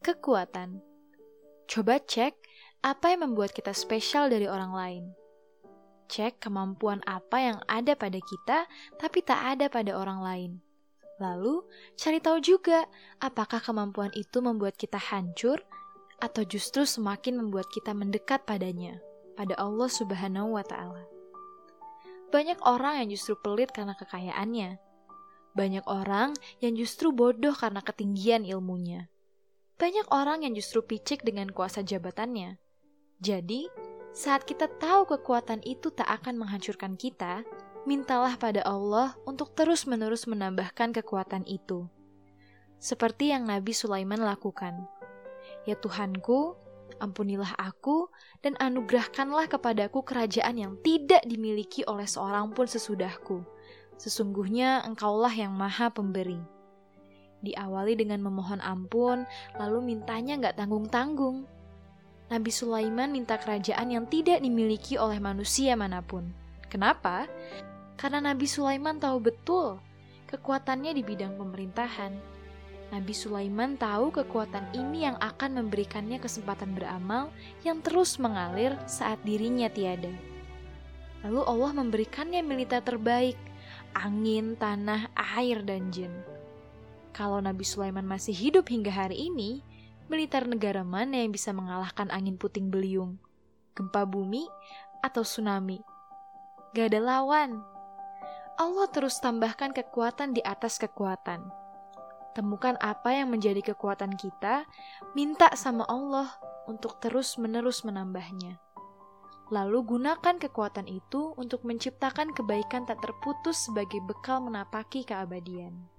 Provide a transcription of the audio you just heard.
kekuatan. Coba cek apa yang membuat kita spesial dari orang lain. Cek kemampuan apa yang ada pada kita tapi tak ada pada orang lain. Lalu, cari tahu juga apakah kemampuan itu membuat kita hancur atau justru semakin membuat kita mendekat padanya, pada Allah Subhanahu wa Ta'ala. Banyak orang yang justru pelit karena kekayaannya. Banyak orang yang justru bodoh karena ketinggian ilmunya. Banyak orang yang justru picik dengan kuasa jabatannya. Jadi, saat kita tahu kekuatan itu tak akan menghancurkan kita, mintalah pada Allah untuk terus-menerus menambahkan kekuatan itu. Seperti yang Nabi Sulaiman lakukan. Ya Tuhanku, ampunilah aku dan anugerahkanlah kepadaku kerajaan yang tidak dimiliki oleh seorang pun sesudahku. Sesungguhnya Engkaulah yang Maha Pemberi. Diawali dengan memohon ampun, lalu mintanya gak tanggung-tanggung. Nabi Sulaiman minta kerajaan yang tidak dimiliki oleh manusia manapun. Kenapa? Karena Nabi Sulaiman tahu betul kekuatannya di bidang pemerintahan. Nabi Sulaiman tahu kekuatan ini yang akan memberikannya kesempatan beramal yang terus mengalir saat dirinya tiada. Lalu Allah memberikannya militer terbaik, angin, tanah, air, dan jin. Kalau Nabi Sulaiman masih hidup hingga hari ini, militer negara mana yang bisa mengalahkan angin puting beliung, gempa bumi, atau tsunami? Gak ada lawan. Allah terus tambahkan kekuatan di atas kekuatan. Temukan apa yang menjadi kekuatan kita, minta sama Allah untuk terus-menerus menambahnya. Lalu gunakan kekuatan itu untuk menciptakan kebaikan tak terputus sebagai bekal menapaki keabadian.